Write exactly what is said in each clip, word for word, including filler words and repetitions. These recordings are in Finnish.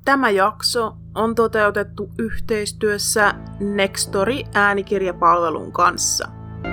Tämä jakso on toteutettu yhteistyössä Nextory-äänikirjapalvelun kanssa.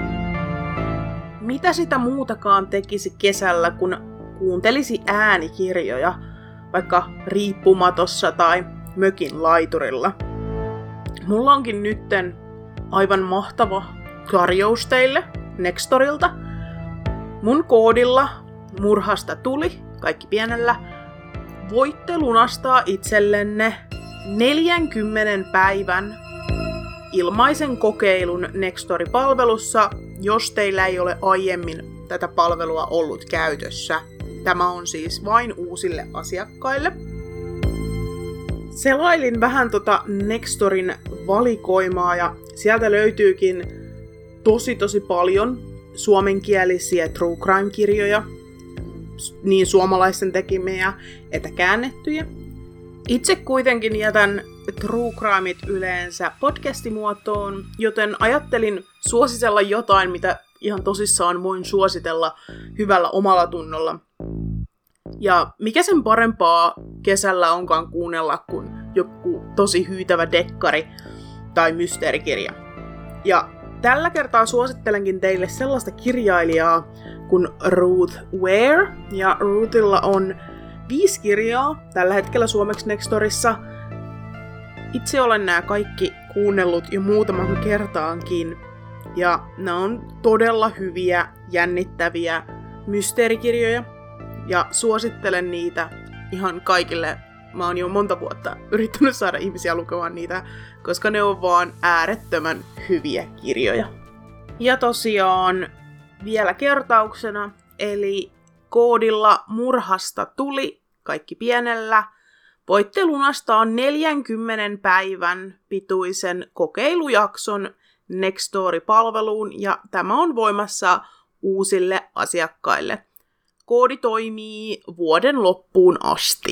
Mitä sitä muutakaan tekisi kesällä, kun kuuntelisi äänikirjoja, vaikka riippumatossa tai mökin laiturilla? Mulla onkin nytten aivan mahtava tarjous teille Nextorilta. Mun koodilla Murhasta tuli, kaikki pienellä, voitte lunastaa itsellenne neljänkymmenen päivän ilmaisen kokeilun Nextory-palvelussa, jos teillä ei ole aiemmin tätä palvelua ollut käytössä. Tämä on siis vain uusille asiakkaille. Selailin vähän tota Nextorin valikoimaa ja sieltä löytyykin tosi tosi paljon suomenkielisiä true crime-kirjoja, niin suomalaisten tekemiä että käännettyjä. Itse kuitenkin jätän true crimeit yleensä podcastimuotoon, joten ajattelin suositella jotain, mitä ihan tosissaan voin suositella hyvällä omalla tunnolla. Ja mikä sen parempaa kesällä onkaan kuunnella kuin joku tosi hyytävä dekkari tai mysteerikirja. Ja tällä kertaa suosittelenkin teille sellaista kirjailijaa kuin Ruth Ware. Ja Ruthilla on viisi kirjaa tällä hetkellä suomeksi Nextorissa. Itse olen nämä kaikki kuunnellut jo muutaman kertaankin. Ja nämä on todella hyviä, jännittäviä mysteerikirjoja. Ja suosittelen niitä ihan kaikille. Mä oon jo monta vuotta yrittänyt saada ihmisiä lukemaan niitä, koska ne on vaan äärettömän hyviä kirjoja. Ja tosiaan vielä kertauksena, eli koodilla Murhasta tuli, kaikki pienellä, voitte lunastaa neljänkymmenen päivän pituisen kokeilujakson Nextory-palveluun, ja tämä on voimassa uusille asiakkaille. Koodi toimii vuoden loppuun asti.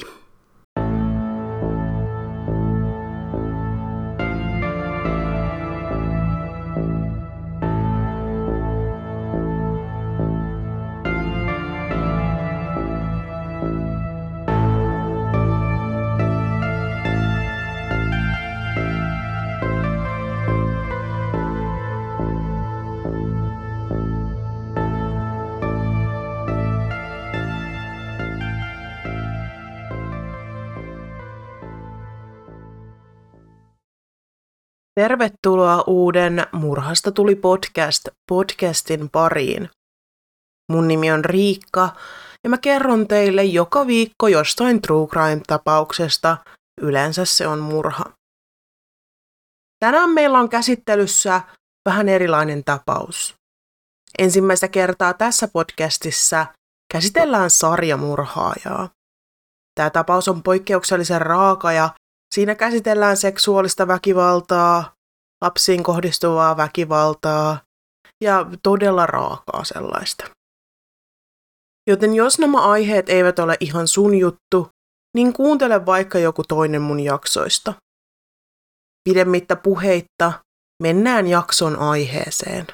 Tervetuloa uuden Murhasta tuli podcast podcastin pariin. Mun nimi on Riikka ja mä kerron teille joka viikko jostain true crime-tapauksesta, yleensä se on murha. Tänään meillä on käsittelyssä vähän erilainen tapaus. Ensimmäistä kertaa tässä podcastissa käsitellään sarjamurhaajaa. Tämä tapaus on poikkeuksellisen raaka ja siinä käsitellään seksuaalista väkivaltaa, lapsiin kohdistuvaa väkivaltaa ja todella raakaa sellaista. Joten jos nämä aiheet eivät ole ihan sun juttu, niin kuuntele vaikka joku toinen mun jaksoista. Pidemmittä puheitta, mennään jakson aiheeseen.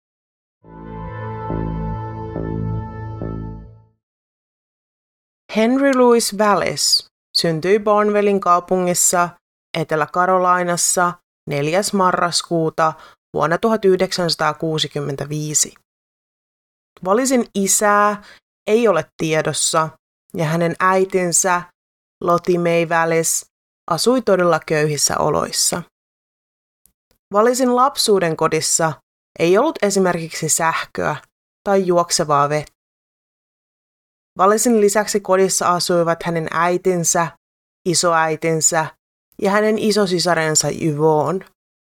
Henry Louis Wallace syntyi Barnwellin kaupungissa Etelä-Carolinassa neljäs marraskuuta vuonna tuhatyhdeksänsataakuusikymmentäviisi. Wallisin isää ei ole tiedossa ja hänen äitinsä Lottie Mae Wallace asui todella köyhissä oloissa. Wallisin lapsuuden kodissa ei ollut esimerkiksi sähköä tai juoksevaa vettä. Wallicin lisäksi kodissa asuivat hänen äitinsä, isoäitinsä ja hänen isosisarensa Yvonne.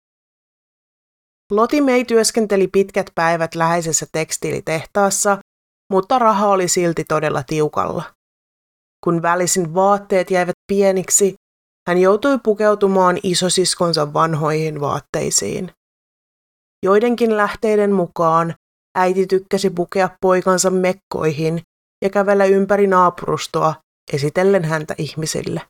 Lottie Mae työskenteli pitkät päivät läheisessä tekstiilitehtaassa, mutta raha oli silti todella tiukalla. Kun Wallicin vaatteet jäivät pieniksi, hän joutui pukeutumaan isosiskonsa vanhoihin vaatteisiin. Joidenkin lähteiden mukaan äiti tykkäsi pukea poikansa mekkoihin ja kävellä ympäri naapurustoa esitellen häntä ihmisille.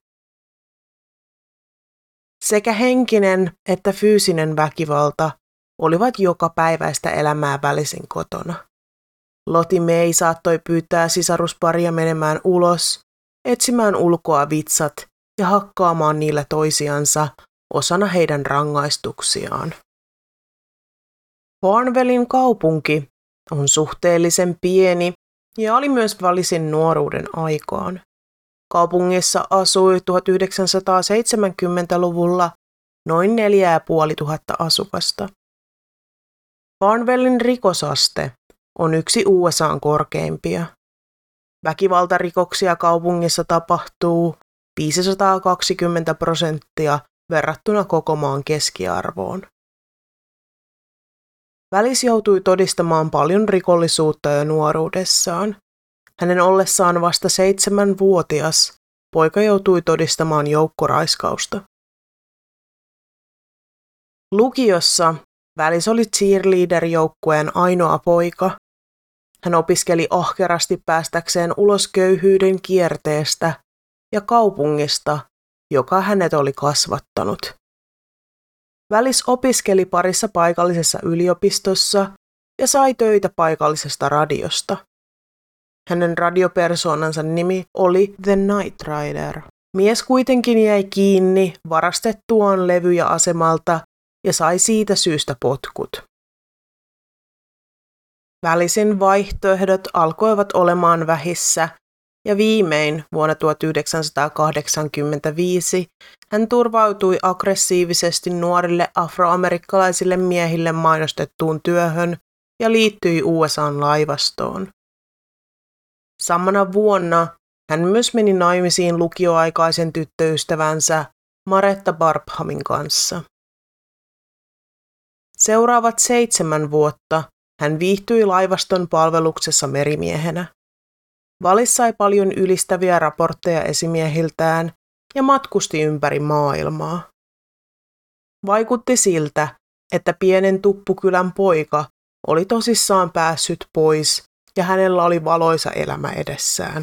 Sekä henkinen että fyysinen väkivalta olivat jokapäiväistä elämää Wallicin kotona. Lottie Mae saattoi pyytää sisarusparia menemään ulos, etsimään ulkoa vitsat ja hakkaamaan niillä toisiansa osana heidän rangaistuksiaan. Barnwellin kaupunki on suhteellisen pieni ja oli myös Wallisin nuoruuden aikaan. Kaupungissa asui tuhatyhdeksänsataaseitsemänkymmentäluvulla noin neljä ja puoli tuhatta asukasta. Barnwellin rikosaste on yksi U S A:n korkeimpia. Väkivaltarikoksia kaupungissa tapahtuu viisisataakaksikymmentä prosenttia verrattuna koko maan keskiarvoon. Wallis joutui todistamaan paljon rikollisuutta jo nuoruudessaan. Hänen ollessaan vasta seitsemänvuotias poika joutui todistamaan joukkoraiskausta. Lukiossa Wallis oli cheerleader-joukkueen ainoa poika. Hän opiskeli ahkerasti päästäkseen ulos köyhyyden kierteestä ja kaupungista, joka hänet oli kasvattanut. Wallis opiskeli parissa paikallisessa yliopistossa ja sai töitä paikallisesta radiosta. Hänen radiopersoonansa nimi oli The Night Rider. Mies kuitenkin jäi kiinni varastettuaan levyjä asemalta ja sai siitä syystä potkut. Wallisin vaihtoehdot alkoivat olemaan vähissä ja viimein vuonna tuhatyhdeksänsataakahdeksankymmentäviisi hän turvautui aggressiivisesti nuorille afroamerikkalaisille miehille mainostettuun työhön ja liittyi U S A:n laivastoon. Samana vuonna hän myös meni naimisiin lukioaikaisen tyttöystävänsä Maretta Barbhamin kanssa. Seuraavat seitsemän vuotta hän viihtyi laivaston palveluksessa merimiehenä. Wallis sai paljon ylistäviä raportteja esimiehiltään ja matkusti ympäri maailmaa. Vaikutti siltä, että pienen tuppukylän poika oli tosissaan päässyt pois ja hänellä oli valoisa elämä edessään.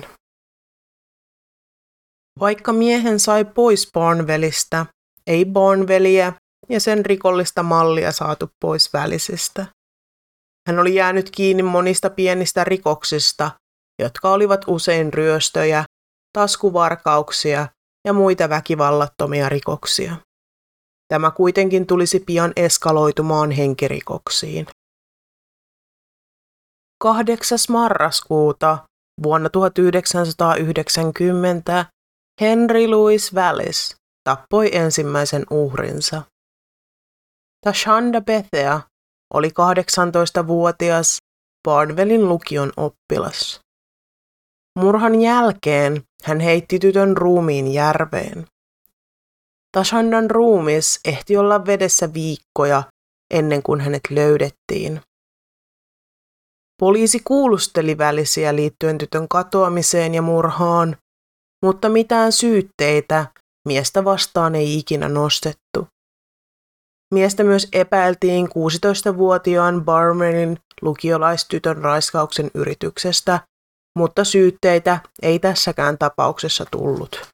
Vaikka miehen sai pois Barnwellista, ei Barnwellia ja sen rikollista mallia saatu pois Wallisista. Hän oli jäänyt kiinni monista pienistä rikoksista, jotka olivat usein ryöstöjä, taskuvarkauksia ja muita väkivallattomia rikoksia. Tämä kuitenkin tulisi pian eskaloitumaan henkirikoksiin. kahdeksas marraskuuta vuonna tuhatyhdeksänsataayhdeksänkymmentä Henry Louis Wallis tappoi ensimmäisen uhrinsa. Tashonda Bethea oli kahdeksantoistavuotias Barnwellin lukion oppilas. Murhan jälkeen hän heitti tytön ruumiin järveen. Tashondan ruumis ehti olla vedessä viikkoja ennen kuin hänet löydettiin. Poliisi kuulusteli Wallisia liittyen tytön katoamiseen ja murhaan, mutta mitään syytteitä miestä vastaan ei ikinä nostettu. Miestä myös epäiltiin kuusitoistavuotiaan Barnwellin lukiolaistytön raiskauksen yrityksestä, mutta syytteitä ei tässäkään tapauksessa tullut.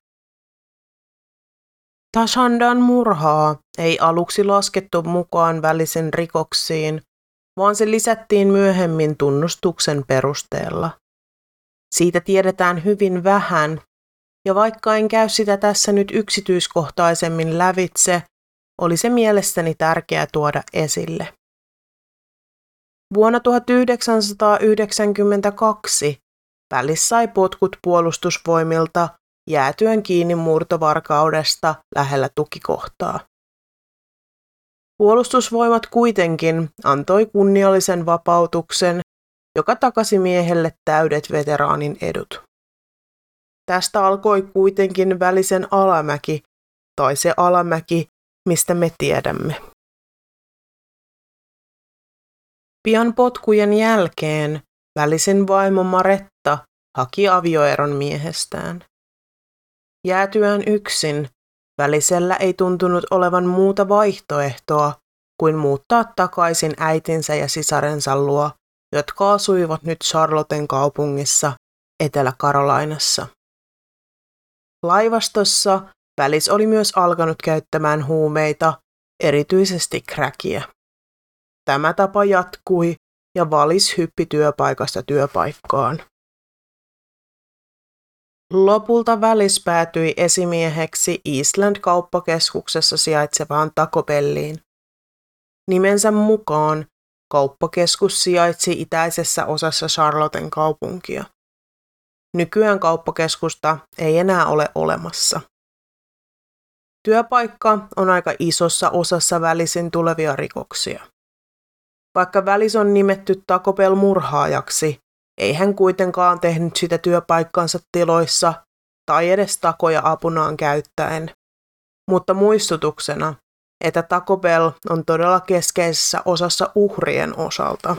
Tashondan murhaa ei aluksi laskettu mukaan Wallisen rikoksiin, vaan se lisättiin myöhemmin tunnustuksen perusteella. Siitä tiedetään hyvin vähän, ja vaikka en käy sitä tässä nyt yksityiskohtaisemmin lävitse, oli se mielestäni tärkeää tuoda esille. Vuonna tuhatyhdeksänsataayhdeksänkymmentäkaksi Wallis sai potkut puolustusvoimilta jäätyen kiinni murtovarkaudesta lähellä tukikohtaa. Puolustusvoimat kuitenkin antoi kunniallisen vapautuksen, joka takasi miehelle täydet veteraanin edut. Tästä alkoi kuitenkin Wallisen alamäki, tai se alamäki, mistä me tiedämme. Pian potkujen jälkeen Wallisen vaimo Maretta haki avioeron miehestään. Jäätyään yksin, Wallisella ei tuntunut olevan muuta vaihtoehtoa kuin muuttaa takaisin äitinsä ja sisarensa luo, jotka asuivat nyt Charlotten kaupungissa Etelä-Carolinassa. Laivastossa Wallis oli myös alkanut käyttämään huumeita, erityisesti crackia. Tämä tapa jatkui ja Wallis hyppi työpaikasta työpaikkaan. Lopulta Välis päätyi esimieheksi Eastland-kauppakeskuksessa sijaitsevaan Taco Belliin. Nimensä mukaan kauppakeskus sijaitsi itäisessä osassa Charlotten kaupunkia. Nykyään kauppakeskusta ei enää ole olemassa. Työpaikka on aika isossa osassa Välisin tulevia rikoksia. Vaikka Välis on nimetty Taco Bell-murhaajaksi, ei hän kuitenkaan tehnyt sitä työpaikkansa tiloissa tai edes takoja apunaan käyttäen. Mutta muistutuksena, että Taco Bell on todella keskeisessä osassa uhrien osalta.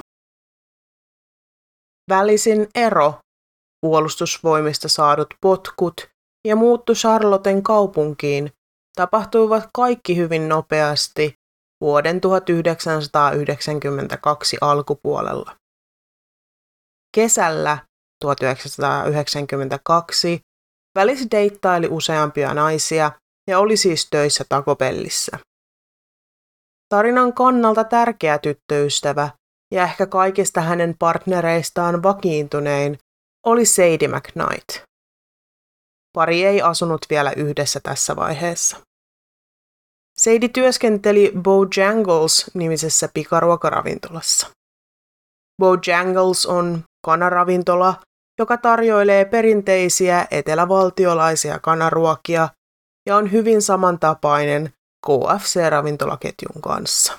Välisin ero, puolustusvoimista saadut potkut ja muutto Charlotten kaupunkiin tapahtuivat kaikki hyvin nopeasti vuoden tuhatyhdeksänsataayhdeksänkymmentäkaksi alkupuolella. Kesällä tuhatyhdeksänsataayhdeksänkymmentäkaksi Välis deittaili useampia naisia ja oli siis töissä Taco Bellissä. Tarinan kannalta tärkeä tyttöystävä ja ehkä kaikista hänen partnereistaan vakiintunein oli Sadie McKnight. Pari ei asunut vielä yhdessä tässä vaiheessa. Sadie työskenteli Bojangles-nimisessä pikaruokaravintolassa. Bojangles on kanaravintola, joka tarjoilee perinteisiä etelävaltiolaisia kanaruokia ja on hyvin samantapainen K F C-ravintolaketjun kanssa.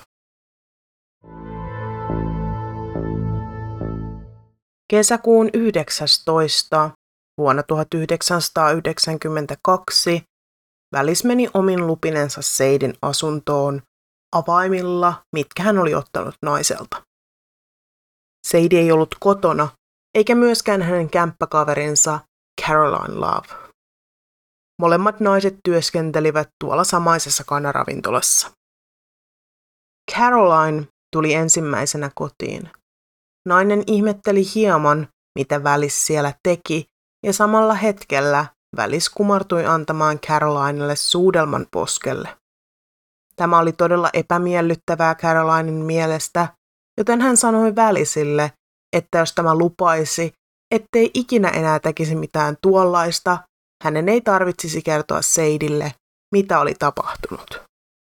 Kesäkuun yhdeksästoista vuonna tuhatyhdeksänsataayhdeksänkymmentäkaksi Välis meni omin lupinensa Sadien asuntoon avaimilla, mitkä hän oli ottanut naiselta. Sadie ei ollut kotona, eikä myöskään hänen kämppäkaverinsa Caroline Love. Molemmat naiset työskentelivät tuolla samaisessa kanaravintolassa. Caroline tuli ensimmäisenä kotiin. Nainen ihmetteli hieman, mitä Välis siellä teki, ja samalla hetkellä Välis kumartui antamaan Carolinelle suudelman poskelle. Tämä oli todella epämiellyttävää Carolinen mielestä, joten hän sanoi Välisille, että jos tämä lupaisi, ettei ikinä enää tekisi mitään tuollaista, hänen ei tarvitsisi kertoa Sadielle, mitä oli tapahtunut.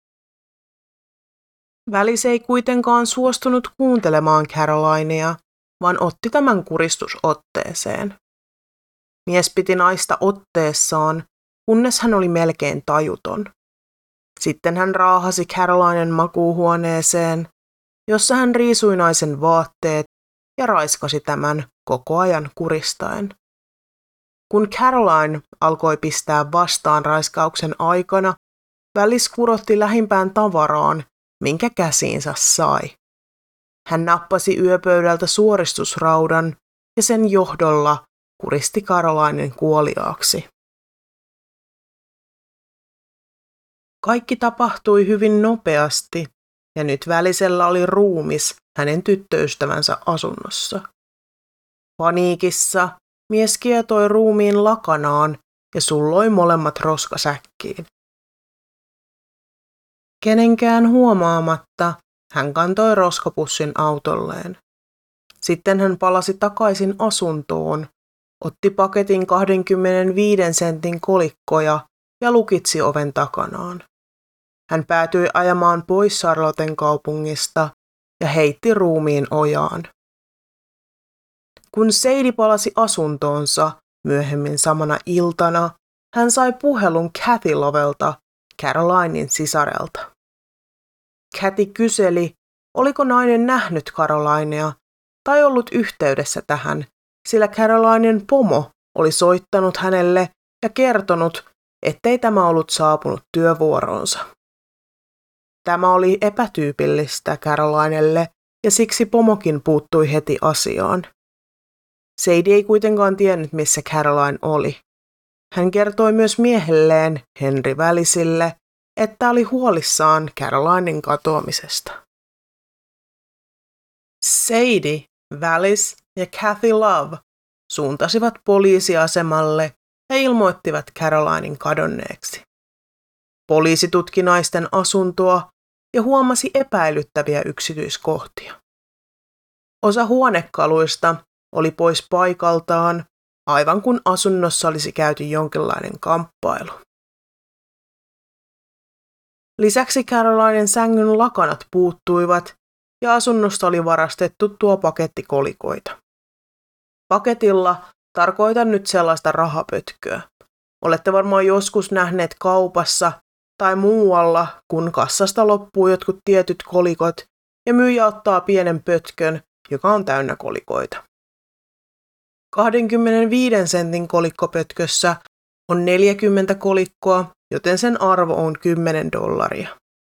Välis ei kuitenkaan suostunut kuuntelemaan Carolinea, vaan otti tämän kuristusotteeseen. Mies piti naista otteessaan, kunnes hän oli melkein tajuton. Sitten hän raahasi Carolinen makuuhuoneeseen, jossa hän riisui naisen vaatteet ja raiskasi tämän koko ajan kuristaen. Kun Caroline alkoi pistää vastaan raiskauksen aikana, Välis kurotti lähimpään tavaraan, minkä käsiinsä sai. Hän nappasi yöpöydältä suoristusraudan ja sen johdolla kuristi Carolinen kuoliaaksi. Kaikki tapahtui hyvin nopeasti ja nyt Välisellä oli ruumis hänen tyttöystävänsä asunnossa. Paniikissa mies kietoi ruumiin lakanaan ja sulloi molemmat roskasäkkiin. Kenenkään huomaamatta hän kantoi roskapussin autolleen. Sitten hän palasi takaisin asuntoon, otti paketin kaksikymmentäviisi sentin kolikkoja ja lukitsi oven takanaan. Hän päätyi ajamaan pois Charlotten kaupungista ja heitti ruumiin ojaan. Kun Sadie palasi asuntoonsa myöhemmin samana iltana, hän sai puhelun Kathy Lovelta, Carolinen sisarelta. Kathy kyseli, oliko nainen nähnyt Carolinea tai ollut yhteydessä tähän, sillä Carolinen pomo oli soittanut hänelle ja kertonut, ettei tämä ollut saapunut työvuoroonsa. Tämä oli epätyypillistä Carolinelle ja siksi pomokin puuttui heti asiaan. Sadie ei kuitenkaan tiennyt, missä Caroline oli. Hän kertoi myös miehelleen Henry Välisille, että oli huolissaan Carolinen katoamisesta. Sadie, Välis ja Kathy Love suuntasivat poliisiasemalle ja ilmoittivat Carolinen kadonneeksi. Poliisi tutki naisten asuntoa ja huomasi epäilyttäviä yksityiskohtia. Osa huonekaluista oli pois paikaltaan aivan kuin asunnossa olisi käyty jonkinlainen kamppailu. Lisäksi Carolinen sängyn lakanat puuttuivat ja asunnosta oli varastettu tuo paketti kolikoita. Paketilla tarkoitan nyt sellaista rahapötköä. Olette varmaan joskus nähneet kaupassa tai muualla, kun kassasta loppuu jotkut tietyt kolikot ja myyjä ottaa pienen pötkön, joka on täynnä kolikoita. kaksikymmentäviisi sentin kolikkopötkössä on neljäkymmentä kolikkoa, joten sen arvo on kymmenen dollaria.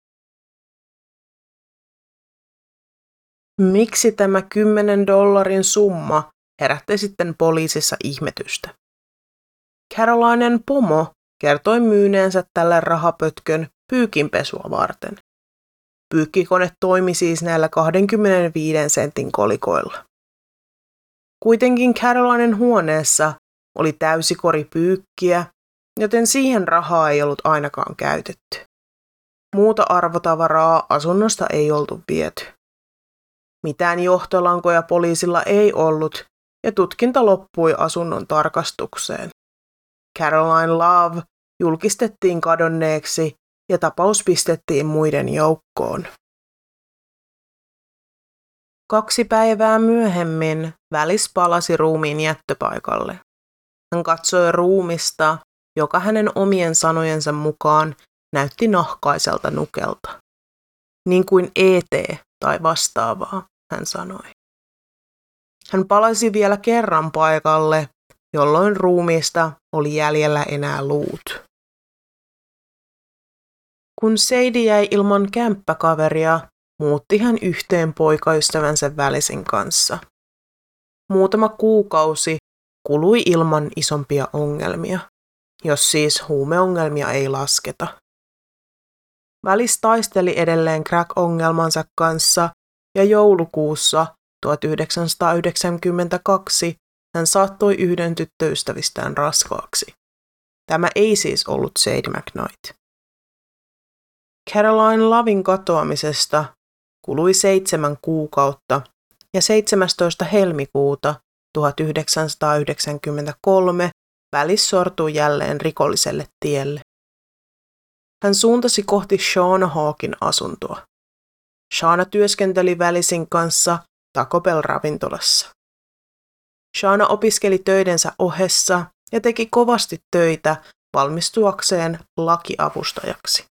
Miksi tämä kymmenen dollarin summa herätti sitten poliisissa ihmetystä? Carolinen pomo kertoi myyneensä tälle rahapötkön pyykinpesua varten. Pyykkikone toimi siis näillä kaksikymmentäviisi sentin kolikoilla. Kuitenkin Carolinen huoneessa oli täysi kori pyykkiä, joten siihen rahaa ei ollut ainakaan käytetty. Muuta arvotavaraa asunnosta ei oltu viety. Mitään johtolankoja poliisilla ei ollut ja tutkinta loppui asunnon tarkastukseen. Caroline Love julkistettiin kadonneeksi ja tapaus pistettiin muiden joukkoon. Kaksi päivää myöhemmin Välis palasi ruumiin jättöpaikalle. Hän katsoi ruumista, joka hänen omien sanojensa mukaan näytti nahkaiselta nukelta. Niin kuin E T tai vastaavaa, hän sanoi. Hän palasi vielä kerran paikalle, jolloin ruumiista oli jäljellä enää luut. Kun Sadie jäi ilman kämppäkaveria, muutti hän yhteen poikaystävänsä Välisin kanssa. Muutama kuukausi kului ilman isompia ongelmia, jos siis huumeongelmia ei lasketa. Välis taisteli edelleen crack-ongelmansa kanssa ja joulukuussa tuhatyhdeksänsataayhdeksänkymmentäkaksi hän saattoi yhden tyttöystävistään raskaaksi. Tämä ei siis ollut Sadie McKnight. Caroline Lovin katoamisesta kului seitsemän kuukautta ja seitsemästoista helmikuuta tuhatyhdeksänsataayhdeksänkymmentäkolme Välis sortui jälleen rikolliselle tielle. Hän suuntasi kohti Shauna Hawkin asuntoa. Shauna työskenteli Välisin kanssa Taco Bell-ravintolassa. Shauna opiskeli töidensä ohessa ja teki kovasti töitä valmistuakseen lakiavustajaksi.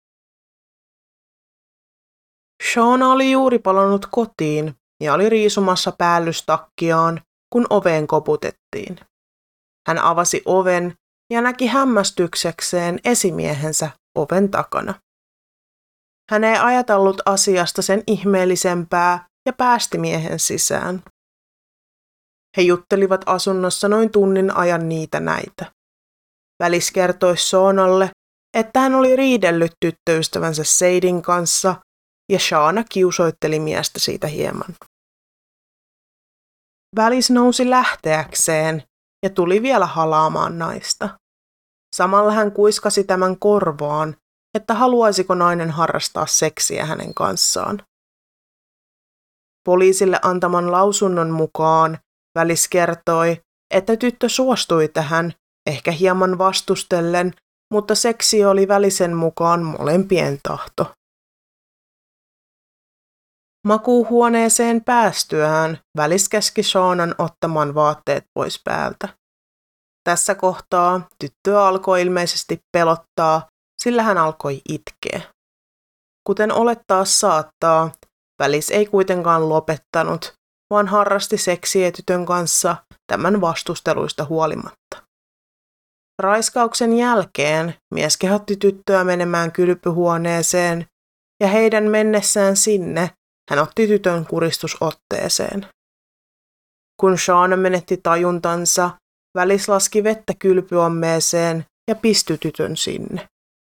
Shauna oli juuri palannut kotiin ja oli riisumassa päällystakkiaan, kun oveen koputettiin. Hän avasi oven ja näki hämmästyksekseen esimiehensä oven takana. Hän ei ajatellut asiasta sen ihmeellisempää ja päästi miehen sisään. He juttelivat asunnossa noin tunnin ajan niitä näitä. Välis kertoi Shaunalle, että hän oli riidellyt tyttöystävänsä Sadien kanssa ja Shauna kiusoitteli miestä siitä hieman. Välis nousi lähteäkseen ja tuli vielä halaamaan naista. Samalla hän kuiskasi tämän korvaan, että haluaisiko nainen harrastaa seksiä hänen kanssaan. Poliisille antaman lausunnon mukaan Välis kertoi, että tyttö suostui tähän, ehkä hieman vastustellen, mutta seksi oli Välisen mukaan molempien tahto. Makuuhuoneeseen päästyään Välis käski Shaunan ottamaan vaatteet pois päältä. Tässä kohtaa tyttöä alkoi ilmeisesti pelottaa, sillä hän alkoi itkeä. Kuten olettaa saattaa, Välis ei kuitenkaan lopettanut, vaan harrasti seksiä tytön kanssa tämän vastusteluista huolimatta. Raiskauksen jälkeen mies kehotti tyttöä menemään kylpyhuoneeseen ja heidän mennessään sinne hän otti tytön kuristusotteeseen. Kun Shauna menetti tajuntansa, Välis laski vettä kylpyammeeseen ja pisti tytön sinne.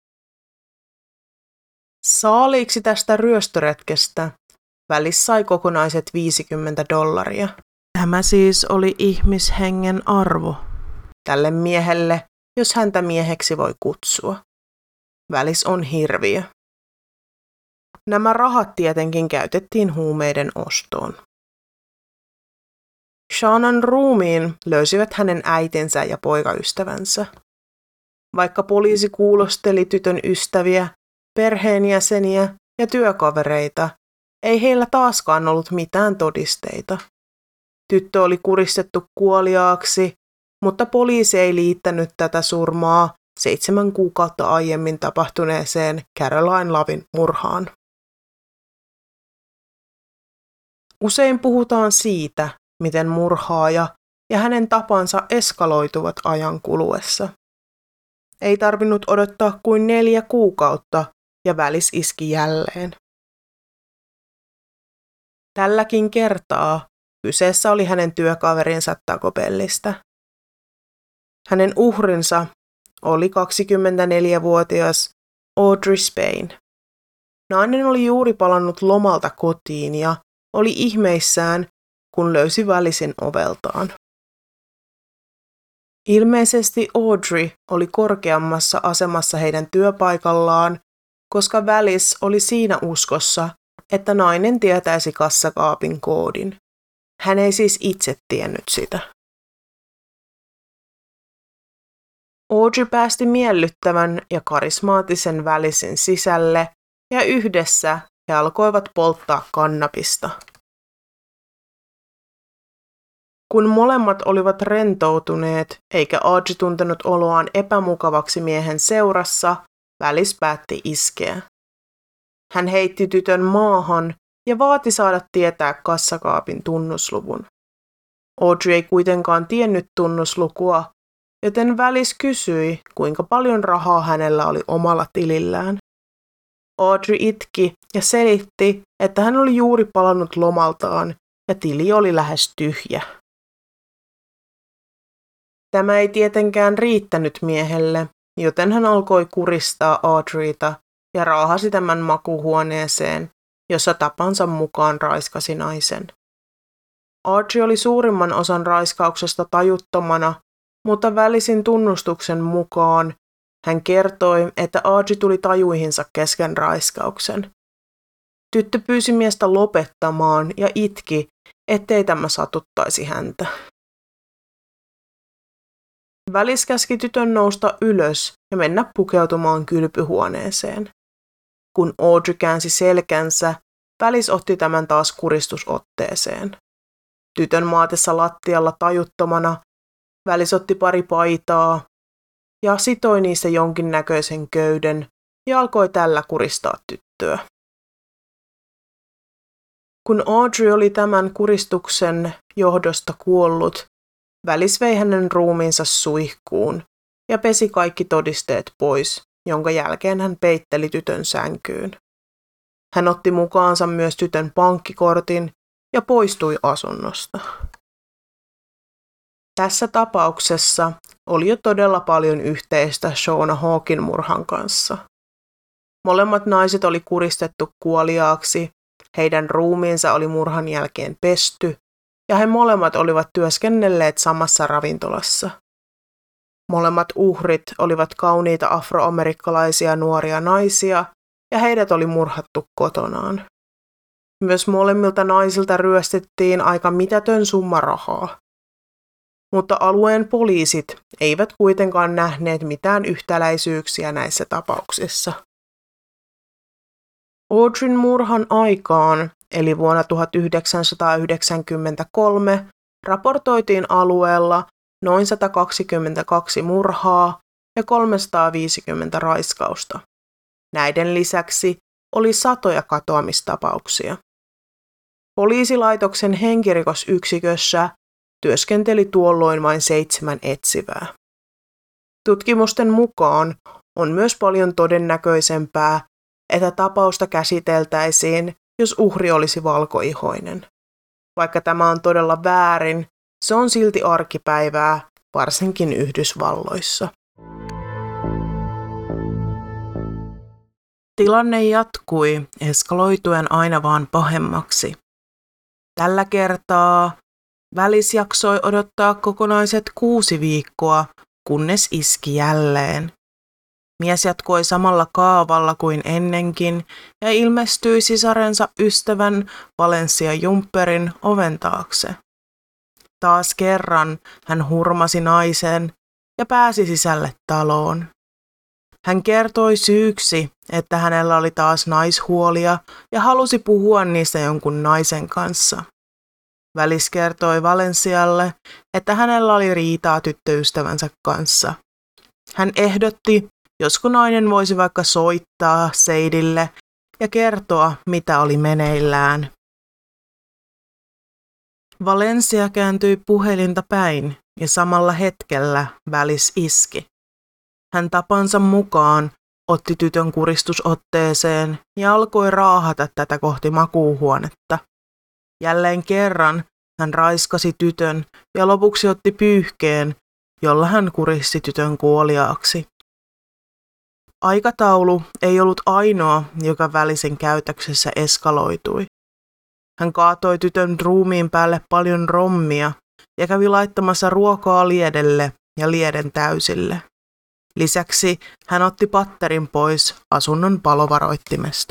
Saaliiksi tästä ryöstöretkestä Välis sai kokonaiset viisikymmentä dollaria. Tämä siis oli ihmishengen arvo tälle miehelle, jos häntä mieheksi voi kutsua. Välis on hirviö. Nämä rahat tietenkin käytettiin huumeiden ostoon. Shannan ruumiin löysivät hänen äitinsä ja poikaystävänsä. Vaikka poliisi kuulosteli tytön ystäviä, perheenjäseniä ja työkavereita, ei heillä taaskaan ollut mitään todisteita. Tyttö oli kuristettu kuoliaaksi, mutta poliisi ei liittänyt tätä surmaa seitsemän kuukautta aiemmin tapahtuneeseen Caroline Lovin murhaan. Usein puhutaan siitä, miten murhaaja ja hänen tapansa eskaloituvat ajan kuluessa. Ei tarvinnut odottaa kuin neljä kuukautta ja välis iski jälleen. Tälläkin kertaa kyseessä oli hänen työkaverinsa Taco Bellistä. Hänen uhrinsa oli kaksikymmentäneljävuotias Audrey Spain. Nainen oli juuri palannut lomalta kotiin ja oli ihmeissään, kun löysi Välisin oveltaan. Ilmeisesti Audrey oli korkeammassa asemassa heidän työpaikallaan, koska Välis oli siinä uskossa, että nainen tietäisi kassakaapin koodin. Hän ei siis itse tiennyt sitä. Audrey päästi miellyttävän ja karismaattisen Välisin sisälle ja yhdessä he alkoivat polttaa kannabista. Kun molemmat olivat rentoutuneet eikä Audrey tuntenut oloaan epämukavaksi miehen seurassa, Välis päätti iskeä. Hän heitti tytön maahan ja vaati saada tietää kassakaapin tunnusluvun. Audrey ei kuitenkaan tiennyt tunnuslukua, joten Välis kysyi, kuinka paljon rahaa hänellä oli omalla tilillään. Audrey itki ja selitti, että hän oli juuri palannut lomaltaan ja tili oli lähes tyhjä. Tämä ei tietenkään riittänyt miehelle, joten hän alkoi kuristaa Audreyta ja raahasi tämän makuuhuoneeseen, jossa tapansa mukaan raiskasi naisen. Audrey oli suurimman osan raiskauksesta tajuttomana, mutta Välisin tunnustuksen mukaan hän kertoi, että Audrey tuli tajuihinsa kesken raiskauksen. Tyttö pyysi miestä lopettamaan ja itki, ettei tämä satuttaisi häntä. Välis käski tytön nousta ylös ja mennä pukeutumaan kylpyhuoneeseen. Kun Audrey käänsi selkänsä, Välis otti tämän taas kuristusotteeseen. Tytön maatessa lattialla tajuttomana Välis otti pari paitaa ja sitoi niissä jonkinnäköisen köyden ja alkoi tällä kuristaa tyttöä. Kun Audrey oli tämän kuristuksen johdosta kuollut, Välis vei hänen ruumiinsa suihkuun ja pesi kaikki todisteet pois, jonka jälkeen hän peitteli tytön sänkyyn. Hän otti mukaansa myös tytön pankkikortin ja poistui asunnosta. Tässä tapauksessa oli jo todella paljon yhteistä Shauna Hawkin murhan kanssa. Molemmat naiset oli kuristettu kuoliaaksi, heidän ruumiinsa oli murhan jälkeen pesty ja he molemmat olivat työskennelleet samassa ravintolassa. Molemmat uhrit olivat kauniita afroamerikkalaisia nuoria naisia ja heidät oli murhattu kotonaan. Myös molemmilta naisilta ryöstettiin aika mitätön summa rahaa. Mutta alueen poliisit eivät kuitenkaan nähneet mitään yhtäläisyyksiä näissä tapauksissa. Audreyn murhan aikaan, eli vuonna tuhatyhdeksänsataayhdeksänkymmentäkolme, raportoitiin alueella noin sata kaksikymmentäkaksi murhaa ja kolmesataaviisikymmentä raiskausta. Näiden lisäksi oli satoja katoamistapauksia. Poliisilaitoksen henkirikosyksikössä työskenteli tuolloin vain seitsemän etsivää. Tutkimusten mukaan on myös paljon todennäköisempää, että tapausta käsiteltäisiin, jos uhri olisi valkoihoinen. Vaikka tämä on todella väärin, se on silti arkipäivää, varsinkin Yhdysvalloissa. Tilanne jatkui eskaloituen aina vaan pahemmaksi. Tällä kertaa Välis jaksoi odottaa kokonaiset kuusi viikkoa, kunnes iski jälleen. Mies jatkoi samalla kaavalla kuin ennenkin ja ilmestyi sisarensa ystävän Valencia Jumperin oven taakse. Taas kerran hän hurmasi naisen ja pääsi sisälle taloon. Hän kertoi syyksi, että hänellä oli taas naishuolia ja halusi puhua niistä jonkun naisen kanssa. Välis kertoi Valencialle, että hänellä oli riitaa tyttöystävänsä kanssa. Hän ehdotti, josko nainen voisi vaikka soittaa Seidille ja kertoa, mitä oli meneillään. Valencia kääntyi puhelinta päin ja samalla hetkellä Välis iski. Hän tapansa mukaan otti tytön kuristusotteeseen ja alkoi raahata tätä kohti makuuhuonetta. Jälleen kerran hän raiskasi tytön ja lopuksi otti pyyhkeen, jolla hän kuristi tytön kuoliaaksi. Aikataulu ei ollut ainoa, joka Välisen käytöksessä eskaloitui. Hän kaatoi tytön ruumiin päälle paljon rommia ja kävi laittamassa ruokaa liedelle ja lieden täysille. Lisäksi hän otti patterin pois asunnon palovaroittimesta.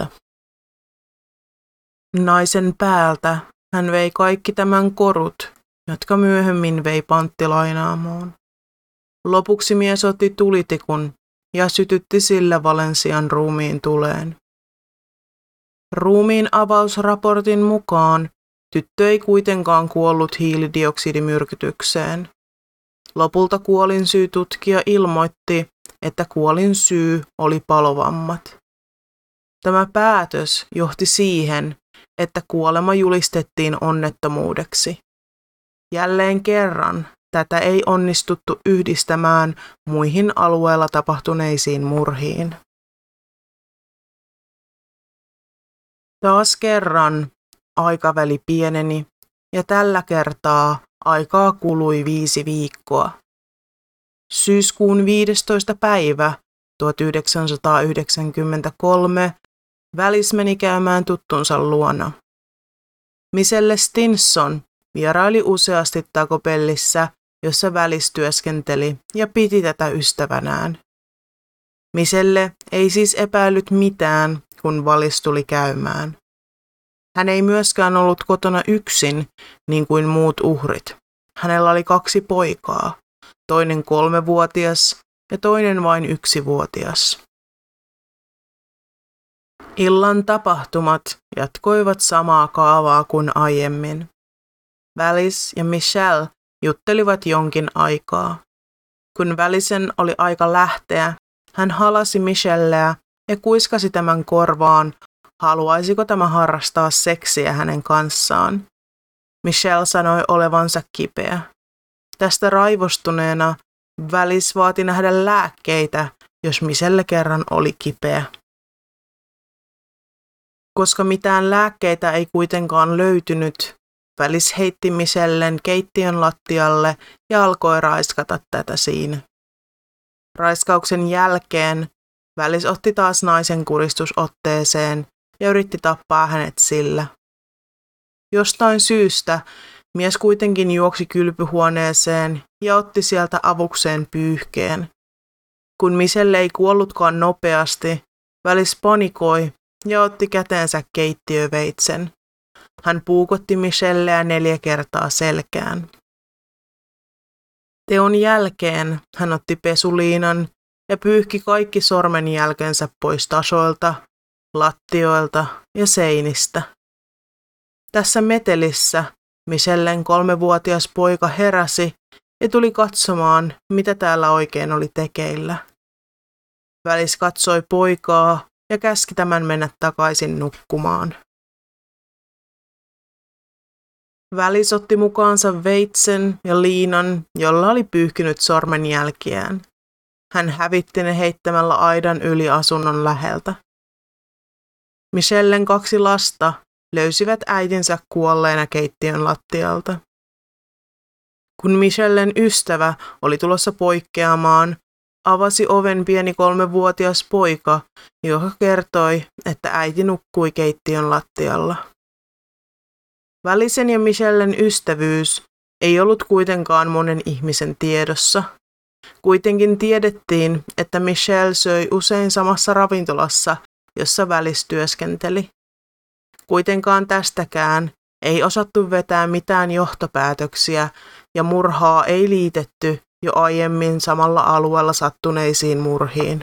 Naisen päältä hän vei kaikki tämän korut, jotka myöhemmin vei panttilainaamoon. Lopuksi mies otti tulitikun ja sytytti sillä Valencian ruumiin tuleen. Ruumiin avausraportin mukaan tyttö ei kuitenkaan kuollut hiilidioksidimyrkytykseen. Lopulta kuolinsyytutkija ilmoitti, että kuolinsyy oli palovammat. Tämä päätös johti siihen, että kuolema julistettiin onnettomuudeksi. Jälleen kerran tätä ei onnistuttu yhdistämään muihin alueella tapahtuneisiin murhiin. Taas kerran aikaväli pieneni ja tällä kertaa aikaa kului viisi viikkoa. Syyskuun viidestoista päivä tuhatyhdeksänsataayhdeksänkymmentäkolme Välis meni käymään tuttunsa luona. Michelle Stinson vieraili useasti Taco Bellissä, jossa Välis työskenteli ja piti tätä ystävänään. Michelle ei siis epäillyt mitään, kun Välis tuli käymään. Hän ei myöskään ollut kotona yksin, niin kuin muut uhrit. Hänellä oli kaksi poikaa, toinen kolmevuotias ja toinen vain yksivuotias. Illan tapahtumat jatkoivat samaa kaavaa kuin aiemmin. Välis ja Michelle juttelivat jonkin aikaa. Kun Välisen oli aika lähteä, hän halasi Michelleä ja kuiskasi tämän korvaan, haluaisiko tämä harrastaa seksiä hänen kanssaan. Michelle sanoi olevansa kipeä. Tästä raivostuneena Välis vaati nähdä lääkkeitä, jos Michelle kerran oli kipeä. Koska mitään lääkkeitä ei kuitenkaan löytynyt, Välis heitti Michellen keittiön lattialle ja alkoi raiskata tätä siinä. Raiskauksen jälkeen Välis otti taas naisen kuristusotteeseen ja yritti tappaa hänet sillä. Jostain syystä mies kuitenkin juoksi kylpyhuoneeseen ja otti sieltä avukseen pyyhkeen. Kun Michelle ei kuollutkaan nopeasti, Välis panikoi ja otti käteensä keittiöveitsen. Hän puukotti Michelleä neljä kertaa selkään. Teon jälkeen hän otti pesuliinan ja pyyhki kaikki sormenjälkensä pois tasoilta, lattioilta ja seinistä. Tässä metelissä Michellen kolmevuotias poika heräsi ja tuli katsomaan, mitä täällä oikein oli tekeillä. Välis katsoi poikaa ja käski tämän mennä takaisin nukkumaan. Välis otti mukaansa veitsen ja liinan, jolla oli pyyhkinyt sormenjälkiään. Hän hävitti ne heittämällä aidan yli asunnon läheltä. Michellen kaksi lasta löysivät äitinsä kuolleena keittiön lattialta. Kun Michellen ystävä oli tulossa poikkeamaan, avasi oven pieni kolmevuotias poika, joka kertoi, että äiti nukkui keittiön lattialla. Välisen ja Michellen ystävyys ei ollut kuitenkaan monen ihmisen tiedossa. Kuitenkin tiedettiin, että Michelle söi usein samassa ravintolassa, jossa Välis työskenteli. Kuitenkaan tästäkään ei osattu vetää mitään johtopäätöksiä ja murhaa ei liitetty jo aiemmin samalla alueella sattuneisiin murhiin.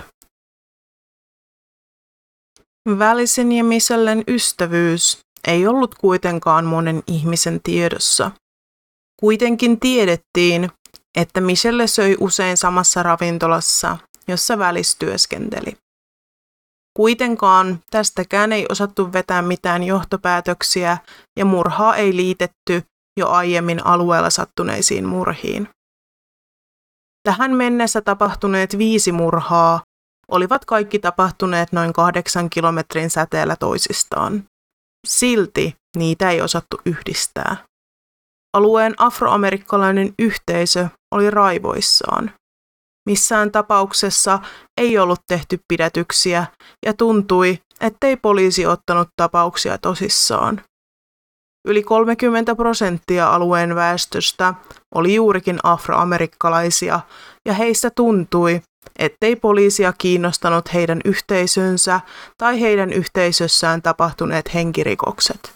Välisin ja Michellen ystävyys ei ollut kuitenkaan monen ihmisen tiedossa. Kuitenkin tiedettiin, että Michelle söi usein samassa ravintolassa, jossa Välis työskenteli. Kuitenkaan tästäkään ei osattu vetää mitään johtopäätöksiä ja murhaa ei liitetty jo aiemmin alueella sattuneisiin murhiin. Tähän mennessä tapahtuneet viisi murhaa olivat kaikki tapahtuneet noin kahdeksan kilometrin säteellä toisistaan. Silti niitä ei osattu yhdistää. Alueen afroamerikkalainen yhteisö oli raivoissaan. Missään tapauksessa ei ollut tehty pidätyksiä ja tuntui, ettei poliisi ottanut tapauksia tosissaan. Yli kolmekymmentä prosenttia alueen väestöstä oli juurikin afroamerikkalaisia ja heistä tuntui, ettei poliisia kiinnostanut heidän yhteisönsä tai heidän yhteisössään tapahtuneet henkirikokset.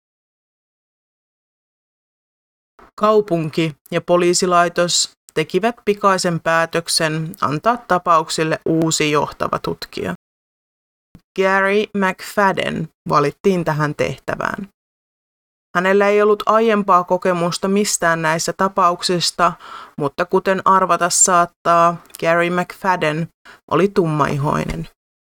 Kaupunki ja poliisilaitos tekivät pikaisen päätöksen antaa tapauksille uusi johtava tutkija. Gary McFadden valittiin tähän tehtävään. Hänellä ei ollut aiempaa kokemusta mistään näistä tapauksista, mutta kuten arvata saattaa, Gary McFadden oli tummaihoinen.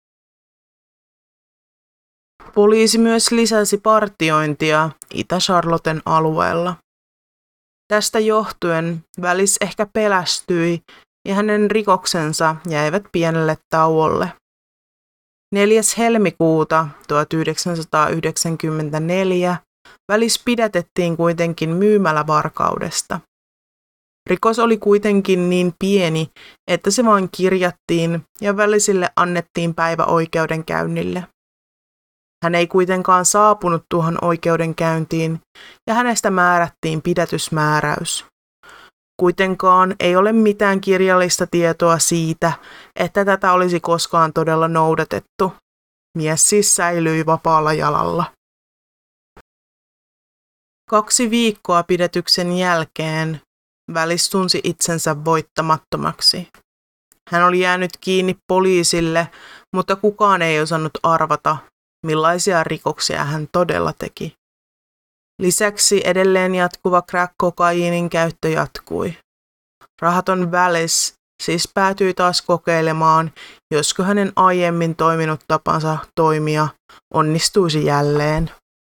Poliisi myös lisäsi partiointia Itä-Charlotten alueella. Tästä johtuen Välis ehkä pelästyi ja hänen rikoksensa jäivät pienelle tauolle. neljäs helmikuuta tuhatyhdeksänsataayhdeksänkymmentäneljä Välis pidätettiin kuitenkin myymälävarkaudesta. Rikos oli kuitenkin niin pieni, että se vain kirjattiin ja Välisille annettiin päivä oikeudenkäynnille. Hän ei kuitenkaan saapunut tuohon oikeudenkäyntiin ja hänestä määrättiin pidätysmääräys. Kuitenkaan ei ole mitään kirjallista tietoa siitä, että tätä olisi koskaan todella noudatettu. Mies siis säilyi vapaalla jalalla. Kaksi viikkoa pidätyksen jälkeen Välis tunsi itsensä voittamattomaksi. Hän oli jäänyt kiinni poliisille, mutta kukaan ei osannut arvata, millaisia rikoksia hän todella teki. Lisäksi edelleen jatkuva crack-kokaiinin käyttö jatkui. Rahaton Välis siis päätyi taas kokeilemaan, josko hänen aiemmin toiminut tapansa toimia onnistuisi jälleen.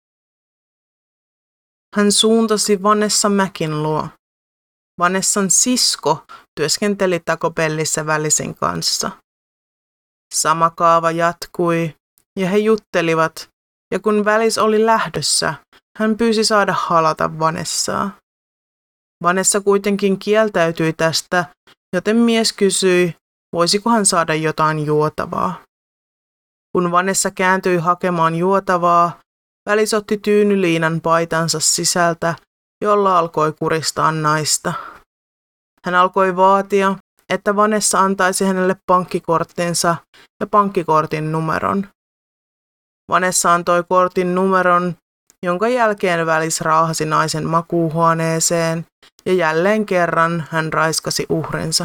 Hän suuntasi Vanessa Macin luo. Vanessan sisko työskenteli Taco Bellissä Välisen kanssa. Sama kaava jatkui ja he juttelivat, ja kun Välis oli lähdössä, hän pyysi saada halata Vanessaa. Vanessa kuitenkin kieltäytyi tästä, joten mies kysyi, voisiko hän saada jotain juotavaa. Kun Vanessa kääntyi hakemaan juotavaa, Välis otti tyynyliinan paitansa sisältä, jolla alkoi kuristaa naista. Hän alkoi vaatia, että Vanessa antaisi hänelle pankkikorttinsa ja pankkikortin numeron. Vanessa antoi kortin numeron, jonka jälkeen Välis raahasi naisen makuuhuoneeseen ja jälleen kerran hän raiskasi uhrinsa.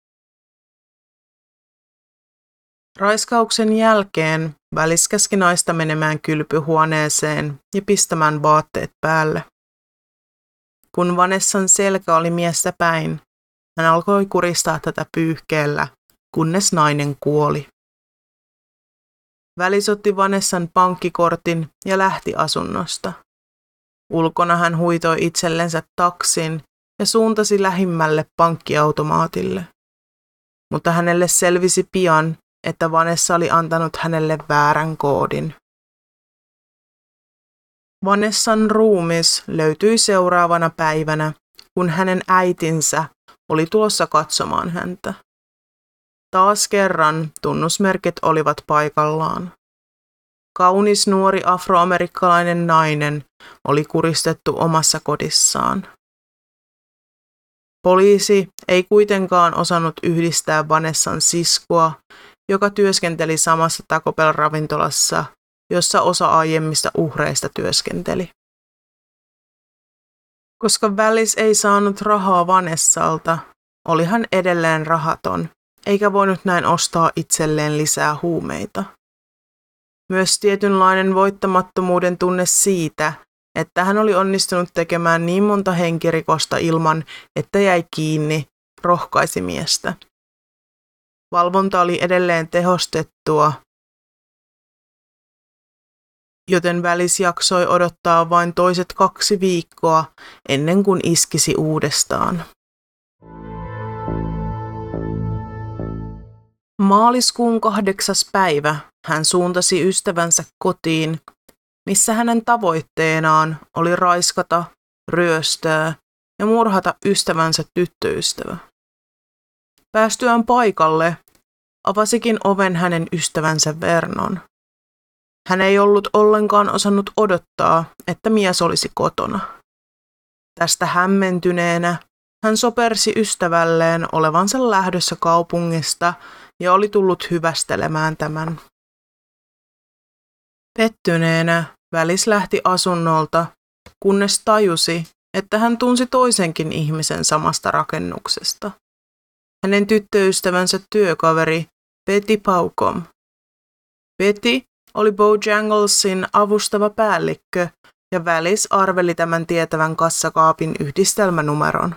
Raiskauksen jälkeen Välis käski naista menemään kylpyhuoneeseen ja pistämään vaatteet päälle. Kun Vanessan selkä oli miestä päin, hän alkoi kuristaa tätä pyyhkeellä, kunnes nainen kuoli. Välis otti Vanessan pankkikortin ja lähti asunnosta. Ulkona hän huitoi itsellensä taksin ja suuntasi lähimmälle pankkiautomaatille. Mutta hänelle selvisi pian, että Vanessa oli antanut hänelle väärän koodin. Vanessan ruumis löytyi seuraavana päivänä, kun hänen äitinsä oli tulossa katsomaan häntä. Taas kerran tunnusmerkit olivat paikallaan. Kaunis nuori afroamerikkalainen nainen oli kuristettu omassa kodissaan. Poliisi ei kuitenkaan osannut yhdistää Vanessan siskoa, joka työskenteli samassa Taco Bell-ravintolassa, jossa osa aiemmista uhreista työskenteli. Koska Välis ei saanut rahaa Vanessalta, oli hän edelleen rahaton, eikä voinut näin ostaa itselleen lisää huumeita. Myös tietynlainen voittamattomuuden tunne siitä, että hän oli onnistunut tekemään niin monta henkirikosta ilman, että jäi kiinni, rohkaisi miestä. Valvonta oli edelleen tehostettua, joten Välis jaksoi odottaa vain toiset kaksi viikkoa ennen kuin iskisi uudestaan. Maaliskuun kahdeksas päivä hän suuntasi ystävänsä kotiin, missä hänen tavoitteenaan oli raiskata, ryöstää ja murhata ystävänsä tyttöystävä. Päästyään paikalle, avasikin oven hänen ystävänsä Vernon. Hän ei ollut ollenkaan osannut odottaa, että mies olisi kotona. Tästä hämmentyneenä hän sopersi ystävälleen olevansa lähdössä kaupungista ja oli tullut hyvästelemään tämän. Pettyneenä Välis lähti asunnolta, kunnes tajusi, että hän tunsi toisenkin ihmisen samasta rakennuksesta. Hänen tyttöystävänsä työkaveri Betty Paucom. Betty oli Bojanglesin avustava päällikkö ja Välis arveli tämän tietävän kassakaapin yhdistelmänumeron.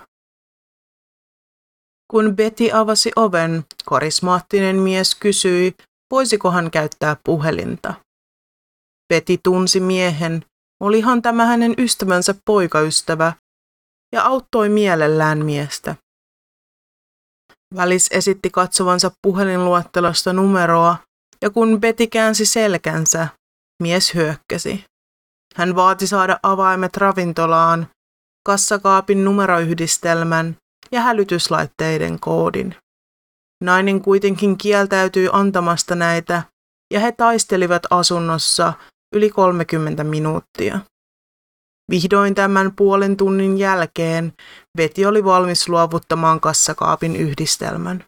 Kun Betty avasi oven, karismaattinen mies kysyi, voisiko hän käyttää puhelinta. Betty tunsi miehen, olihan tämä hänen ystävänsä poikaystävä, ja auttoi mielellään miestä. Välis esitti katsovansa puhelinluettelosta numeroa, ja kun Betty käänsi selkänsä, mies hyökkäsi. Hän vaati saada avaimet ravintolaan, kassakaapin numeroyhdistelmän ja hälytyslaitteiden koodin. Nainen kuitenkin kieltäytyi antamasta näitä, ja he taistelivat asunnossa yli kolmekymmentä minuuttia. Vihdoin tämän puolen tunnin jälkeen Betty oli valmis luovuttamaan kassakaapin yhdistelmän.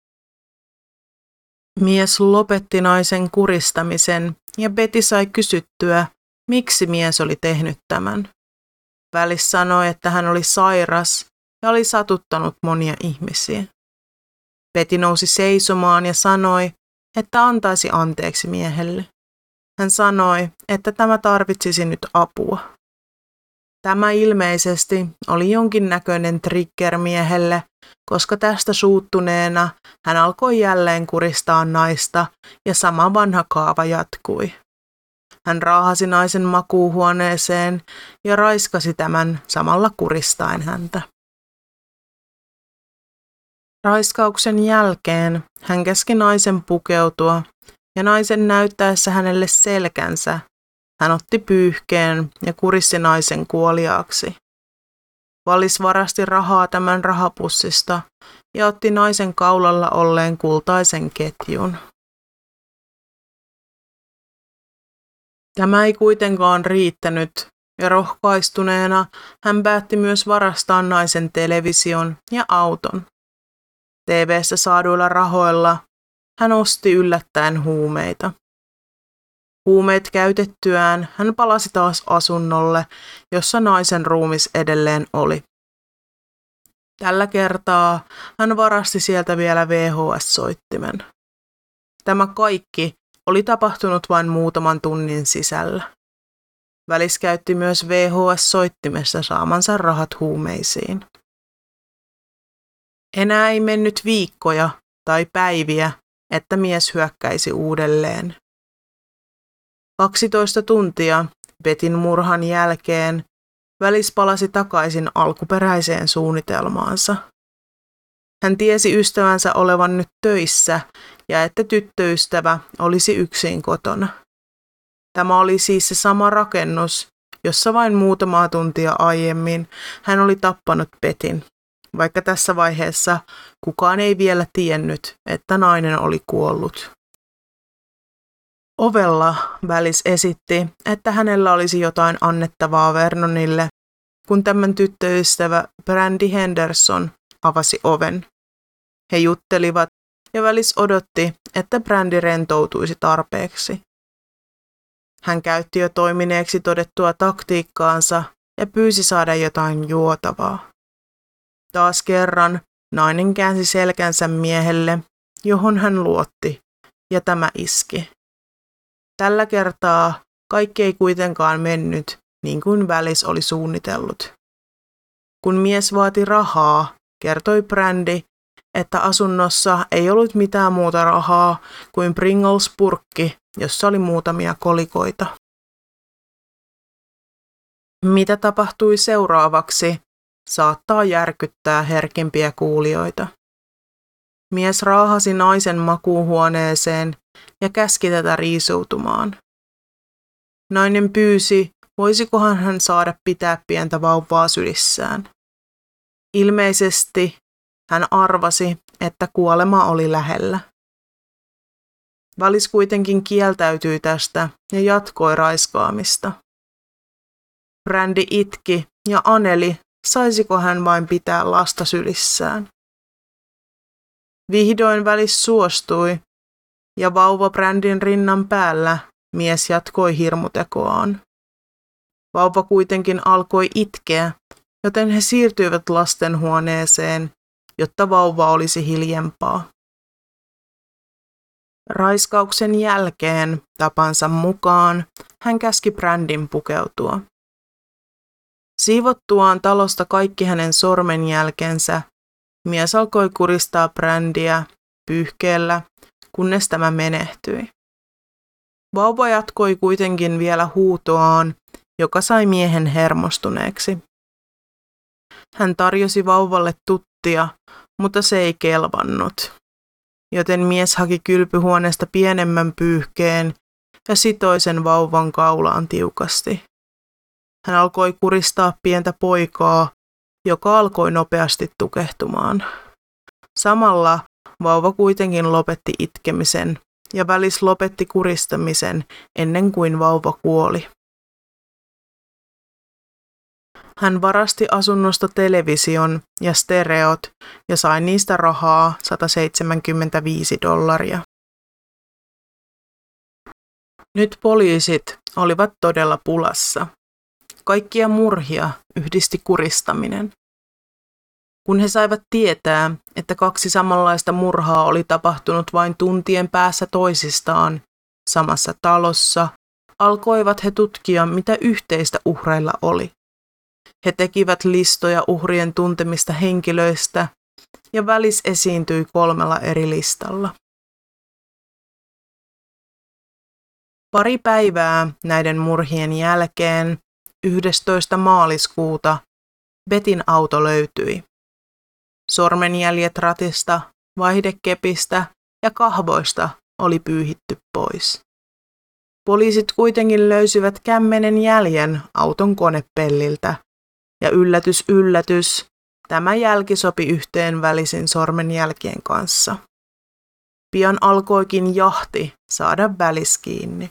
Mies lopetti naisen kuristamisen ja Betty sai kysyttyä, miksi mies oli tehnyt tämän. Välis sanoi, että hän oli sairas ja oli satuttanut monia ihmisiä. Betty nousi seisomaan ja sanoi, että antaisi anteeksi miehelle. Hän sanoi, että tämä tarvitsisi nyt apua. Tämä ilmeisesti oli jonkinnäköinen trigger miehelle, koska tästä suuttuneena hän alkoi jälleen kuristaa naista ja sama vanha kaava jatkui. Hän raahasi naisen makuuhuoneeseen ja raiskasi tämän samalla kuristaen häntä. Raiskauksen jälkeen hän käski naisen pukeutua ja naisen näyttäessä hänelle selkänsä hän otti pyyhkeen ja kuristi naisen kuoliaaksi. Välis varasti rahaa tämän rahapussista ja otti naisen kaulalla olleen kultaisen ketjun. Tämä ei kuitenkaan riittänyt ja rohkaistuneena hän päätti myös varastaa naisen television ja auton. T V:ssä saaduilla rahoilla hän osti yllättäen huumeita. Huumeet käytettyään hän palasi taas asunnolle, jossa naisen ruumis edelleen oli. Tällä kertaa hän varasti sieltä vielä V H S-soittimen. Tämä kaikki oli tapahtunut vain muutaman tunnin sisällä. Välis käytti myös V H S-soittimessa saamansa rahat huumeisiin. Enää ei mennyt viikkoja tai päiviä, että mies hyökkäisi uudelleen. kaksitoista tuntia Betin murhan jälkeen Välis palasi takaisin alkuperäiseen suunnitelmaansa. Hän tiesi ystävänsä olevan nyt töissä ja että tyttöystävä olisi yksin kotona. Tämä oli siis se sama rakennus, jossa vain muutamaa tuntia aiemmin hän oli tappanut Betin, vaikka tässä vaiheessa kukaan ei vielä tiennyt, että nainen oli kuollut. Ovella Välis esitti, että hänellä olisi jotain annettavaa Vernonille, kun tämän tyttöystävä Brandy Henderson avasi oven. He juttelivat ja Välis odotti, että Brandy rentoutuisi tarpeeksi. Hän käytti jo toimineeksi todettua taktiikkaansa ja pyysi saada jotain juotavaa. Taas kerran nainen käänsi selkänsä miehelle, johon hän luotti, ja tämä iski. Tällä kertaa kaikki ei kuitenkaan mennyt niin kuin Välis oli suunnitellut. Kun mies vaati rahaa, kertoi Brandy, että asunnossa ei ollut mitään muuta rahaa kuin Pringles-purkki, jossa oli muutamia kolikoita. Mitä tapahtui seuraavaksi, saattaa järkyttää herkimpiä kuulijoita. Mies raahasi naisen makuuhuoneeseen ja käski tätä riisuutumaan. Nainen pyysi, voisikohan hän saada pitää pientä vauvaa sylissään. Ilmeisesti hän arvasi, että kuolema oli lähellä. Välis kuitenkin kieltäytyi tästä ja jatkoi raiskaamista. Brandy itki ja aneli, saisiko hän vain pitää lasta sylissään. Vihdoin Välis suostui, ja vauva Brandyn rinnan päällä mies jatkoi hirmutekoaan. Vauva kuitenkin alkoi itkeä, joten he siirtyivät lastenhuoneeseen, jotta vauva olisi hiljempaa. Raiskauksen jälkeen, tapansa mukaan, hän käski Brandyn pukeutua. Siivottuaan talosta kaikki hänen sormenjälkensä, mies alkoi kuristaa Brandyä pyyhkeellä, kunnes tämä menehtyi. Vauva jatkoi kuitenkin vielä huutoaan, joka sai miehen hermostuneeksi. Hän tarjosi vauvalle tuttia, mutta se ei kelvannut, joten mies haki kylpyhuoneesta pienemmän pyyhkeen ja sitoi sen vauvan kaulaan tiukasti. Hän alkoi kuristaa pientä poikaa, joka alkoi nopeasti tukehtumaan. Samalla vauva kuitenkin lopetti itkemisen ja Välis lopetti kuristamisen ennen kuin vauva kuoli. Hän varasti asunnosta television ja stereot ja sai niistä rahaa sata seitsemänkymmentäviisi dollaria. Nyt poliisit olivat todella pulassa. Kaikkia murhia yhdisti kuristaminen. Kun he saivat tietää, että kaksi samanlaista murhaa oli tapahtunut vain tuntien päässä toisistaan, samassa talossa, alkoivat he tutkia, mitä yhteistä uhreilla oli. He tekivät listoja uhrien tuntemista henkilöistä, ja Välis esiintyi kolmella eri listalla. Pari päivää näiden murhien jälkeen, yhdestoista maaliskuuta, Betyn auto löytyi. Sormenjäljet ratista, vaihdekepistä ja kahvoista oli pyyhitty pois. Poliisit kuitenkin löysivät kämmenen jäljen auton konepelliltä, ja yllätys yllätys, tämä jälki sopi yhteen Välisin sormenjälkien kanssa. Pian alkoikin jahti saada Välis kiinni.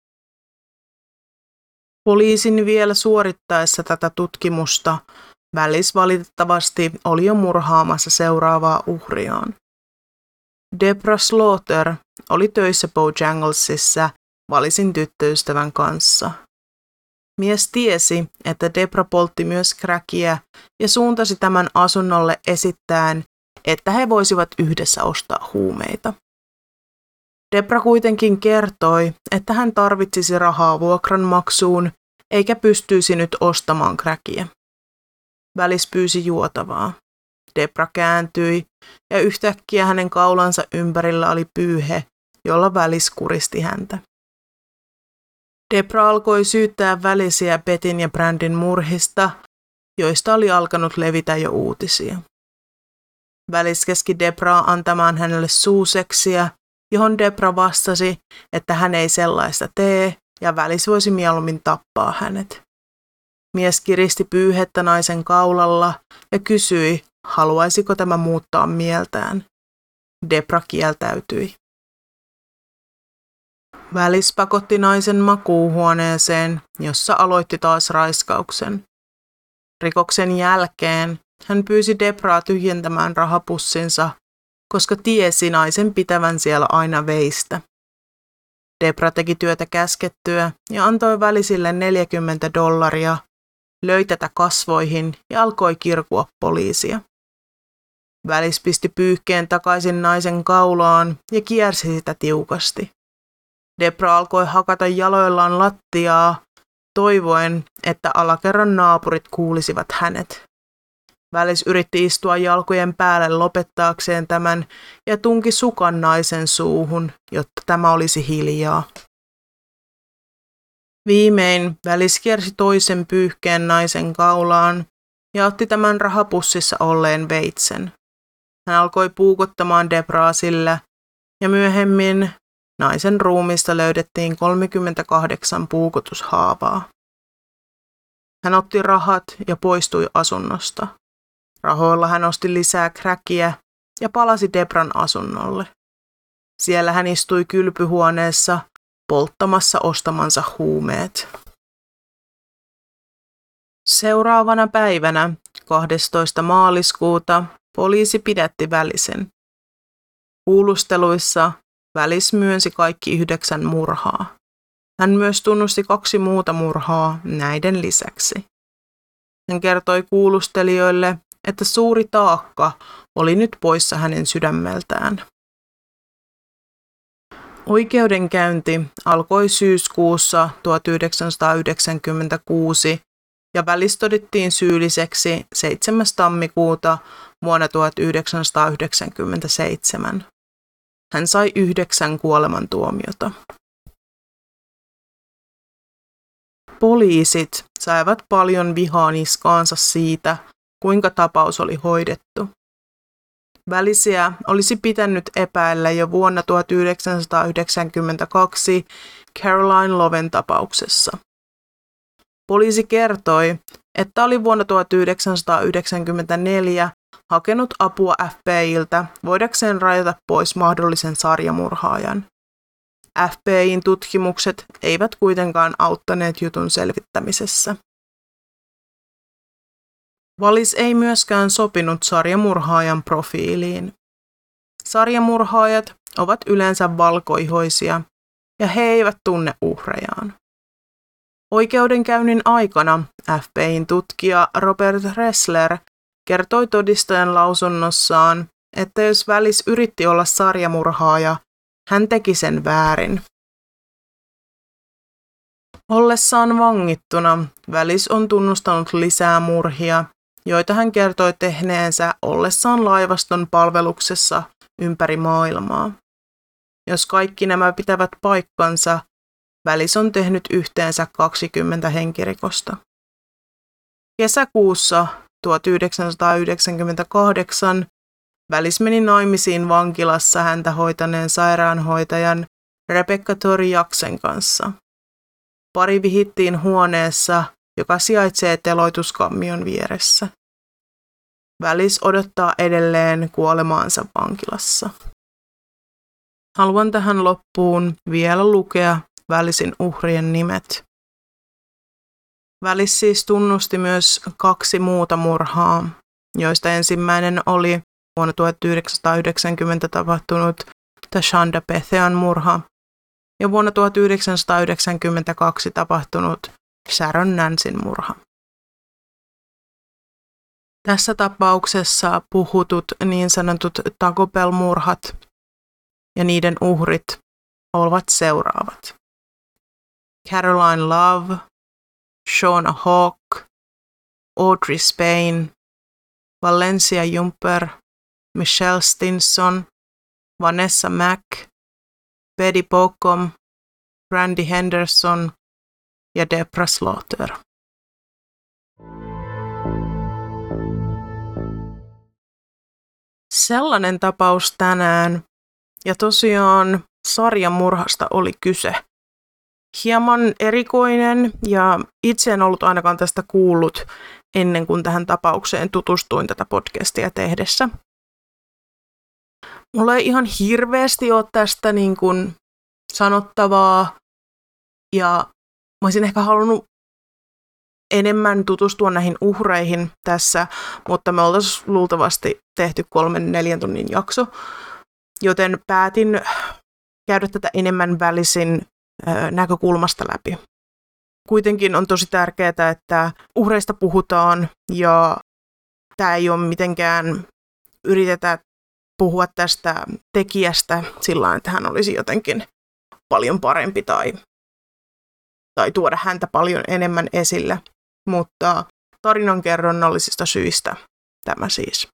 Poliisin vielä suorittaessa tätä tutkimusta Välis valitettavasti oli jo murhaamassa seuraavaa uhriaan. Debra Slaughter oli töissä Bojanglesissa Välisin tyttöystävän kanssa. Mies tiesi, että Debra poltti myös crackia ja suuntasi tämän asunnolle esittäen, että he voisivat yhdessä ostaa huumeita. Debra kuitenkin kertoi, että hän tarvitsisi rahaa vuokranmaksuun eikä pystyisi nyt ostamaan crackia. Välis pyysi juotavaa. Debra kääntyi ja yhtäkkiä hänen kaulansa ympärillä oli pyyhe, jolla Välis kuristi häntä. Debra alkoi syyttää Välisiä Betyn ja Brandyn murhista, joista oli alkanut levitä jo uutisia. Välis käski Debraa antamaan hänelle suuseksiä, johon Debra vastasi, että hän ei sellaista tee ja Välis voisi mieluummin tappaa hänet. Mies kiristi pyyhettä naisen kaulalla ja kysyi, haluaisiko tämä muuttaa mieltään. Debra kieltäytyi. Välis pakotti naisen makuuhuoneeseen, jossa aloitti taas raiskauksen. Rikoksen jälkeen hän pyysi Debraa tyhjentämään rahapussinsa, koska tiesi naisen pitävän siellä aina veistä. Debra teki työtä käskettyä ja antoi Välisille neljäkymmentä dollaria, löi tätä kasvoihin ja alkoi kirkua poliisia. Välis pisti pyyhkeen takaisin naisen kaulaan ja kiersi sitä tiukasti. Debra alkoi hakata jaloillaan lattiaa, toivoen, että alakerran naapurit kuulisivat hänet. Välis yritti istua jalkojen päälle lopettaakseen tämän ja tunki sukan naisen suuhun, jotta tämä olisi hiljaa. Viimein Välis kiersi toisen pyyhkeen naisen kaulaan ja otti tämän rahapussissa olleen veitsen. Hän alkoi puukottamaan Debraa sillä ja myöhemmin naisen ruumista löydettiin kolmekymmentäkahdeksan puukotushaavaa. Hän otti rahat ja poistui asunnosta. Rahoilla hän osti lisää kräkiä ja palasi Debran asunnolle. Siellä hän istui kylpyhuoneessa polttamassa ostamansa huumeet. Seuraavana päivänä, kahdestoista maaliskuuta, poliisi pidätti Välisen. Kuulusteluissa Välis myönsi kaikki yhdeksän murhaa. Hän myös tunnusti kaksi muuta murhaa näiden lisäksi. Hän kertoi kuulustelijoille, että suuri taakka oli nyt poissa hänen sydämeltään. Oikeudenkäynti alkoi syyskuussa tuhatyhdeksänsataayhdeksänkymmentäkuusi ja Välis todettiin syylliseksi seitsemäs tammikuuta vuonna tuhatyhdeksänsataayhdeksänkymmentäseitsemän. Hän sai yhdeksän kuolemantuomiota. Poliisit saivat paljon vihaa niskaansa siitä, kuinka tapaus oli hoidettu. Välisiä olisi pitänyt epäillä jo vuonna tuhatyhdeksänsataayhdeksänkymmentäkaksi Caroline Loven tapauksessa. Poliisi kertoi, että oli vuonna tuhatyhdeksänsataayhdeksänkymmentäneljä hakenut apua F B I:ltä voidakseen rajata pois mahdollisen sarjamurhaajan. F B I:n tutkimukset eivät kuitenkaan auttaneet jutun selvittämisessä. Wallis ei myöskään sopinut sarjamurhaajan profiiliin. Sarjamurhaajat ovat yleensä valkoihoisia ja he eivät tunne uhrejaan. Oikeudenkäynnin aikana F B I:n tutkija Robert Ressler kertoi todistajan lausunnossaan, että jos Wallis yritti olla sarjamurhaaja, hän teki sen väärin. Ollessaan vangittuna Wallis on tunnustanut lisää murhia, joita hän kertoi tehneensä ollessaan laivaston palveluksessa ympäri maailmaa. Jos kaikki nämä pitävät paikkansa, Wallis on tehnyt yhteensä kaksikymmentä henkirikosta. Kesäkuussa tuhatyhdeksänsataayhdeksänkymmentäkahdeksan Wallis meni naimisiin vankilassa häntä hoitaneen sairaanhoitajan Rebecca Toriaksen kanssa. Pari vihittiin huoneessa, joka sijaitsee teloituskammion vieressä. Wallis odottaa edelleen kuolemaansa vankilassa. Haluan tähän loppuun vielä lukea Wallisin uhrien nimet. Wallis siis tunnusti myös kaksi muuta murhaa, joista ensimmäinen oli vuonna tuhatyhdeksänsataayhdeksänkymmentä tapahtunut Tashanda Pethean murha ja vuonna tuhatyhdeksänsataayhdeksänkymmentäkaksi tapahtunut Sharon Nancyn murha. Tässä tapauksessa puhutut niin sanotut Taco Bell-murhat ja niiden uhrit ovat seuraavat. Caroline Love, Shauna Hawk, Audrey Spain, Valencia Jumper, Michelle Stinson, Vanessa Mack, Betty Bocom, Randy Henderson ja Debra Slaughter. Sellainen tapaus tänään, ja tosiaan sarjamurhasta oli kyse. Hieman erikoinen, ja itse en ollut ainakaan tästä kuullut ennen kuin tähän tapaukseen tutustuin tätä podcastia tehdessä. Mulla ei ihan hirveästi ole tästä niin kuin sanottavaa, ja mä olisin ehkä halunnut enemmän tutustua näihin uhreihin tässä, mutta me oltaisiin luultavasti tehty kolmen neljän tunnin jakso, joten päätin käydä tätä enemmän Wallisin näkökulmasta läpi. kuitenkin on tosi tärkeää, että uhreista puhutaan ja tämä ei ole mitenkään yritetä puhua tästä tekijästä sillä tavalla, että hän olisi jotenkin paljon parempi tai, tai tuoda häntä paljon enemmän esille, mutta tarinankerronnallisista syistä tämä siis.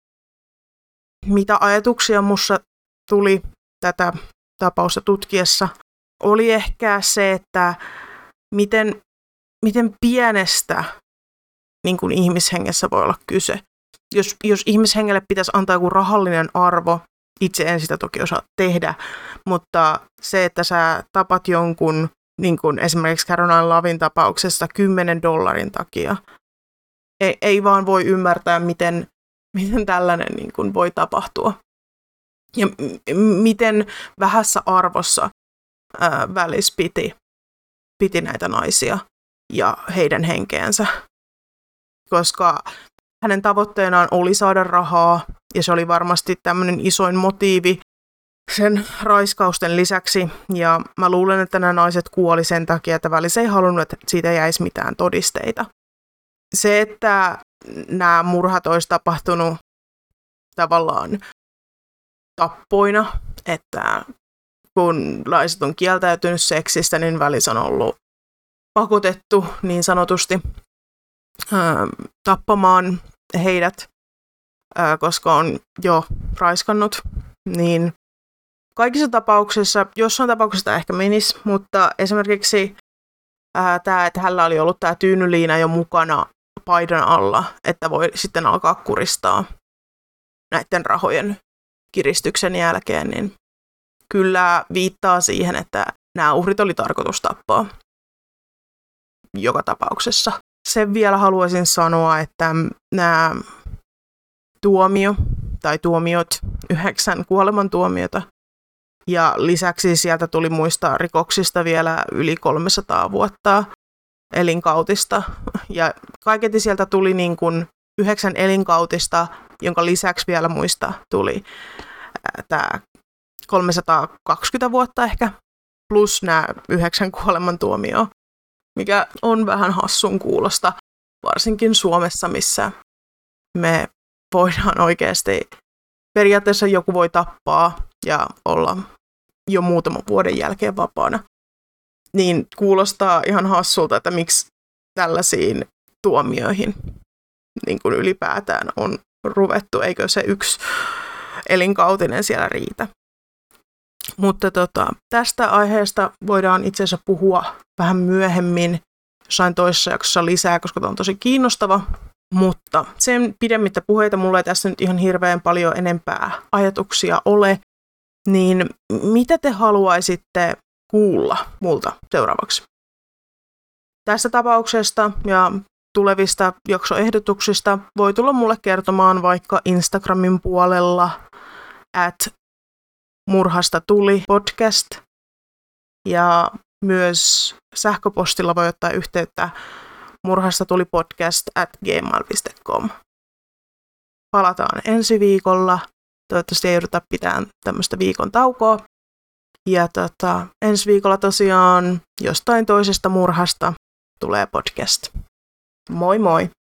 Mitä ajatuksia musta tuli tätä tapausta tutkiessa, oli ehkä se, että miten, miten pienestä niin kuin ihmishengessä voi olla kyse. Jos, jos ihmishengelle pitäisi antaa joku rahallinen arvo, itse en sitä toki osaa tehdä, mutta se, että sä tapat jonkun, niin kuin esimerkiksi Caroline Lovin tapauksessa, kymmenen dollarin takia, ei, ei vaan voi ymmärtää, miten, miten tällainen niin kuin voi tapahtua. Ja m- miten vähässä arvossa ää, Välis piti, piti näitä naisia ja heidän henkeensä. Koska hänen tavoitteenaan oli saada rahaa, ja se oli varmasti tämmöinen isoin motiivi sen raiskausten lisäksi. Ja mä luulen, että nämä naiset kuoli sen takia, että Välis ei halunnut, että siitä jäisi mitään todisteita. Se, että nämä murhat olisi tapahtunut tavallaan tappoina, että kun naiset on kieltäytynyt seksistä, niin Välis on ollut pakotettu niin sanotusti ää, tappamaan heidät, ää, koska on jo raiskannut, niin kaikissa tapauksissa, jossain tapauksessa ehkä menisi, mutta esimerkiksi ää, tämä, että hänellä oli ollut tämä tyynyliina jo mukana paidan alla, että voi sitten alkaa kuristaa näiden rahojen kiristyksen jälkeen, niin kyllä viittaa siihen, että nämä uhrit oli tarkoitus tappaa joka tapauksessa. Sen vielä haluaisin sanoa, että nämä tuomio tai tuomiot, yhdeksän kuolemantuomiota, ja lisäksi sieltä tuli muista rikoksista vielä yli kolmesataa vuotta elinkautista. Ja kaiketi sieltä tuli niin kuin yhdeksän elinkautista, jonka lisäksi vielä muista tuli tämä kolmesataakaksikymmentä vuotta ehkä, plus nämä yhdeksän kuolemantuomioa, mikä on vähän hassun kuulosta, varsinkin Suomessa, missä me voidaan oikeasti, periaatteessa joku voi tappaa ja olla jo muutaman vuoden jälkeen vapaana. Niin kuulostaa ihan hassulta, että miksi tällaisiin tuomioihin niin kuin ylipäätään on ruvettu, eikö se yksi elinkautinen siellä riitä. Mutta tota, tästä aiheesta voidaan itse asiassa puhua vähän myöhemmin jossain toisessa jaksossa lisää, koska tämä on tosi kiinnostava. Mutta sen pidemmittä puheita, mulla ei tässä nyt ihan hirveän paljon enempää ajatuksia ole. Niin mitä te haluaisitte kuulla multa seuraavaksi? Tästä tapauksesta ja tulevista jaksoehdotuksista voi tulla mulle kertomaan vaikka Instagramin puolella at murhasta tuli podcast. Ja myös sähköpostilla voi ottaa yhteyttä murhasta tuli podcast at gmail piste com. Palataan ensi viikolla. Toivottavasti ei jouduta pitämään tämmöistä viikon taukoa. Ja tota, ensi viikolla tosiaan jostain toisesta murhasta tulee podcast. Moi moi!